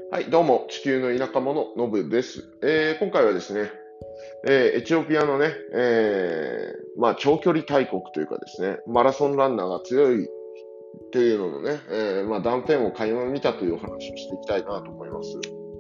はい、どうも、地球の田舎者、のぶです。今回はですね、エチオピアのね、長距離大国というかですね、マラソンランナーが強いっていうののね、断片を垣間見たというお話をしていきたいなと思います。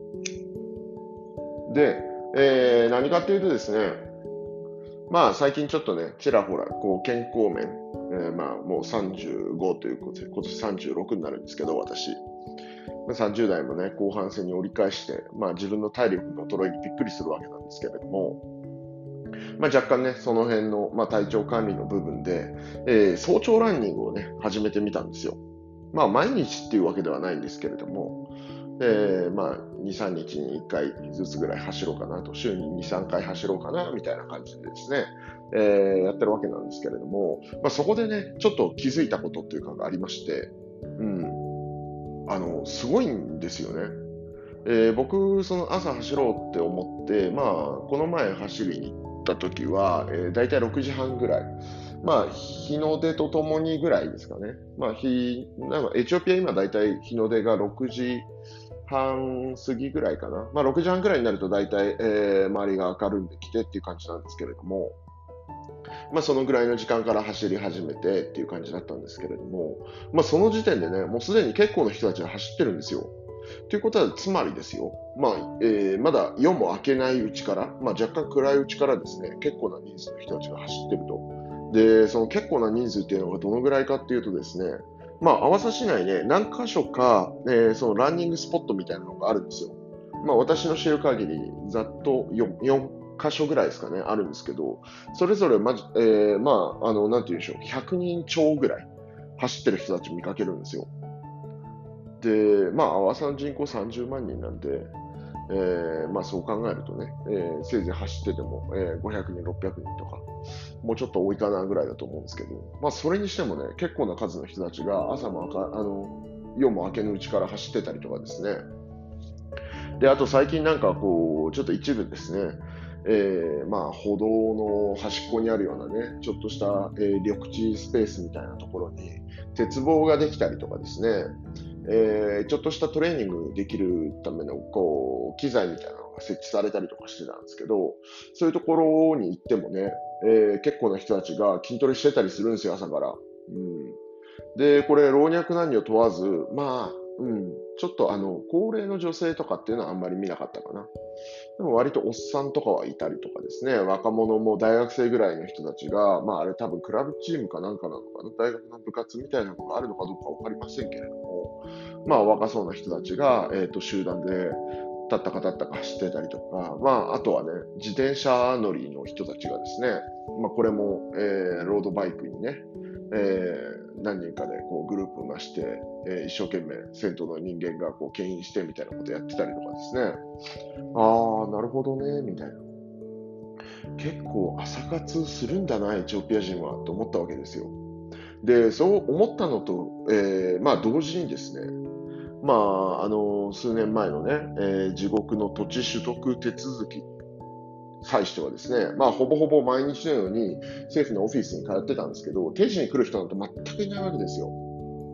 で、何かというとですね、最近ちょっとね、ちらほら、健康面、もう35ということで、今年36になるんですけど、私。30代もね、後半戦に折り返して、自分の体力の衰えにびっくりするわけなんですけれども、若干ね、その辺の、体調管理の部分で、早朝ランニングをね、始めてみたんですよ。毎日っていうわけではないんですけれども、2、3日に1回ずつぐらい走ろうかなと、週に2、3回走ろうかな、みたいな感じでですね、やってるわけなんですけれども、そこでね、ちょっと気づいたことっていうかがありまして、うん、すごいんですよね。僕、その朝走ろうって思って、この前走りに行った時は、だいたい6時半ぐらい。日の出とともにぐらいですかね。なんかエチオピア今だいたい日の出が6時半過ぎぐらいかな。6時半ぐらいになるとだいたい、周りが明るんできてっていう感じなんですけれども、そのぐらいの時間から走り始めてっていう感じだったんですけれども、その時点でね、もうすでに結構な人たちが走ってるんですよ。ということは、つまりですよ、まだ夜も明けないうちから、若干暗いうちからですね、結構な人数の人たちが走ってると。で、その結構な人数っていうのがどのぐらいかっていうとですね、阿波佐市内ね、何箇所か、そのランニングスポットみたいなのがあるんですよ。私の知る限り、ざっと4箇所ぐらいですかね、あるんですけど、それぞれなんて言うんでしょう、100人超ぐらい走ってる人たち見かけるんですよ。で、阿波さん人口30万人なんで、そう考えるとね、せいぜい走ってても、500人、600人とか、もうちょっと多いかなぐらいだと思うんですけど、それにしてもね、結構な数の人たちが朝も夜も明けのうちから走ってたりとかですね。で、あと最近なんかちょっと一部ですね、歩道の端っこにあるようなね、ちょっとした、緑地スペースみたいなところに、鉄棒ができたりとかですね、ちょっとしたトレーニングできるための機材みたいなのが設置されたりとかしてたんですけど、そういうところに行ってもね、結構な人たちが筋トレしてたりするんですよ、朝から。で、これ、老若男女問わず、ちょっと高齢の女性とかっていうのはあんまり見なかったかな。でも割とおっさんとかはいたりとかですね、若者も大学生ぐらいの人たちが、あれ多分クラブチームかなんかなのかな、大学の部活みたいなのがあるのかどうかわかりませんけれども、若そうな人たちが、集団で立ったか立ったか走ってたりとか、あとはね、自転車乗りの人たちがですね、これも、ロードバイクにね、何人かでグループをなして、一生懸命先頭の人間が牽引してみたいなことをやってたりとかですね、ああ、なるほどね、みたいな。結構朝活するんだな、エチオピア人は、と思ったわけですよ。で、そう思ったのと、同時にですね、数年前のね、地獄の土地取得手続きに際してはですね、ほぼほぼ毎日のように政府のオフィスに通ってたんですけど、定時に来る人なんて全くいないわけですよ。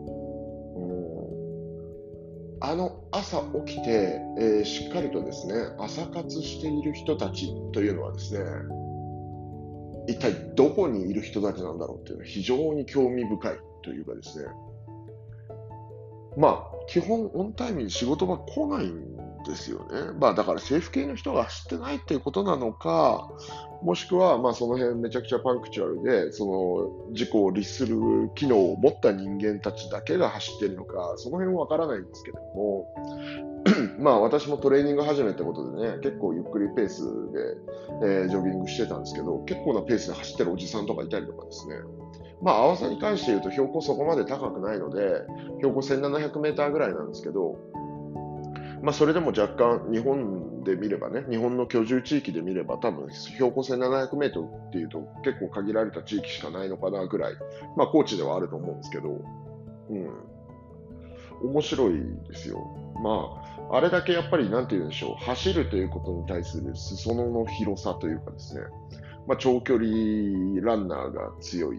朝起きて、しっかりとですね、朝活している人たちというのはですね、一体どこにいる人たちなんだろうっていうのは非常に興味深いというかですね、基本オンタイムに仕事が来ないんですよね。だから政府系の人が走ってないっていうことなのか、もしくは、その辺めちゃくちゃパンクチュアルで、その事故を律する機能を持った人間たちだけが走っているのか、その辺はわからないんですけれども、私もトレーニング始めたことでね、結構ゆっくりペースで、ジョギングしてたんですけど、結構なペースで走ってるおじさんとかいたりとかですね。淡さに関して言うと標高そこまで高くないので、標高1700メーターぐらいなんですけど、それでも若干日本で見ればね、日本の居住地域で見れば多分標高1700メートルっていうと結構限られた地域しかないのかなぐらい、高知ではあると思うんですけど、面白いですよ。あれだけやっぱりなんて言うんでしょう、走るということに対する裾野の広さというかですね、長距離ランナーが強い。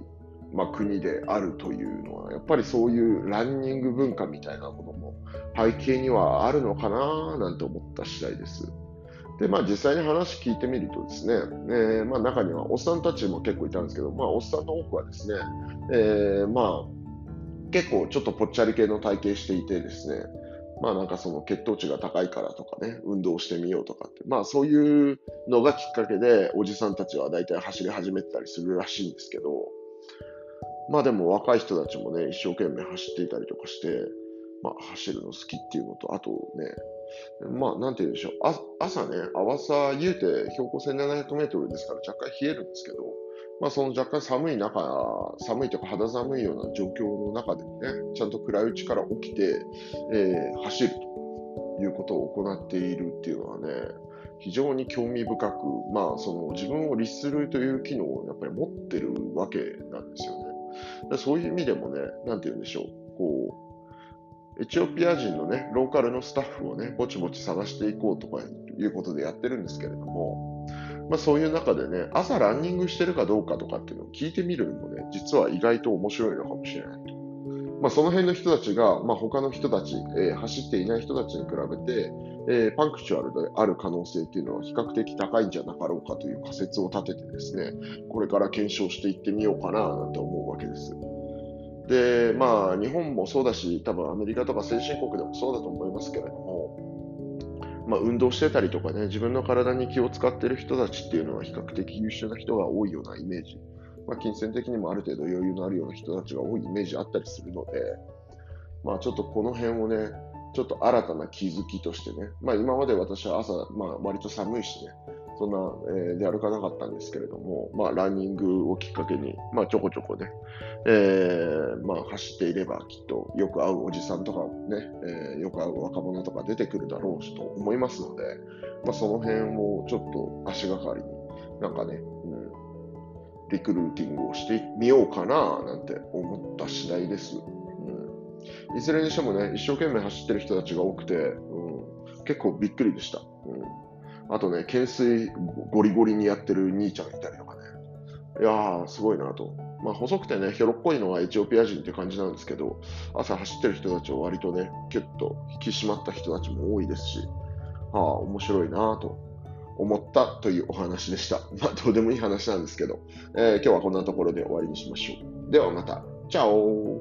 国であるというのは、やっぱりそういうランニング文化みたいなものも背景にはあるのかななんて思った次第です。で、実際に話聞いてみるとですね、中にはおっさんたちも結構いたんですけど、おっさんの多くはですね、え結構ちょっとぽっちゃり系の体型していてですね、なんかその血糖値が高いからとかね、運動してみようとかって、そういうのがきっかけで、おじさんたちは大体走り始めてたりするらしいんですけど、でも若い人たちもね、一生懸命走っていたりとかして、走るの好きっていうのと、あとね、なんて言うんでしょう。朝ね、朝言うて標高1700メートルですから若干冷えるんですけど、その若干寒い中、寒いというか肌寒いような状況の中でもね、ちゃんと暗いうちから起きて、走るということを行っているっていうのはね、非常に興味深く、その自分を律するという機能をやっぱり持ってるわけなんですよね。そういう意味でもね、なんて言うんでしょう。エチオピア人のね、ローカルのスタッフをね、ぼちぼち探していこうとかいうことでやってるんですけれども、そういう中でね、朝ランニングしてるかどうかとかっていうのを聞いてみるのもね、実は意外と面白いのかもしれないと。その辺の人たちが、他の人たち、走っていない人たちに比べて、パンクチュアルである可能性っていうのは比較的高いんじゃなかろうかという仮説を立ててですね、これから検証していってみようかななんて思うわけです。で、日本もそうだし、多分アメリカとか先進国でもそうだと思いますけれども、運動してたりとかね、自分の体に気を使っている人たちっていうのは比較的優秀な人が多いようなイメージ。金銭的にもある程度余裕のあるような人たちが多いイメージあったりするので、ちょっとこの辺をね、ちょっと新たな気づきとしてね、今まで私は朝、割と寒いしね、そんな、出歩かなかったんですけれども、ランニングをきっかけに、ちょこちょこね、走っていればきっとよく会うおじさんとかね、よく会う若者とか出てくるだろうと思いますので、その辺をちょっと足がかりに、なんかね、リクルーティングをしてみようかななんて思った次第です。いずれにしてもね、一生懸命走ってる人たちが多くて、結構びっくりでした。あとね、懸垂ゴリゴリにやってる兄ちゃんいたりとかね。いやー、すごいなと。細くてね、ひょろっこいのはエチオピア人って感じなんですけど、朝走ってる人たちは割とね、キュッと引き締まった人たちも多いですし、面白いなと思ったというお話でした。どうでもいい話なんですけど、今日はこんなところで終わりにしましょう。ではまた。チャオ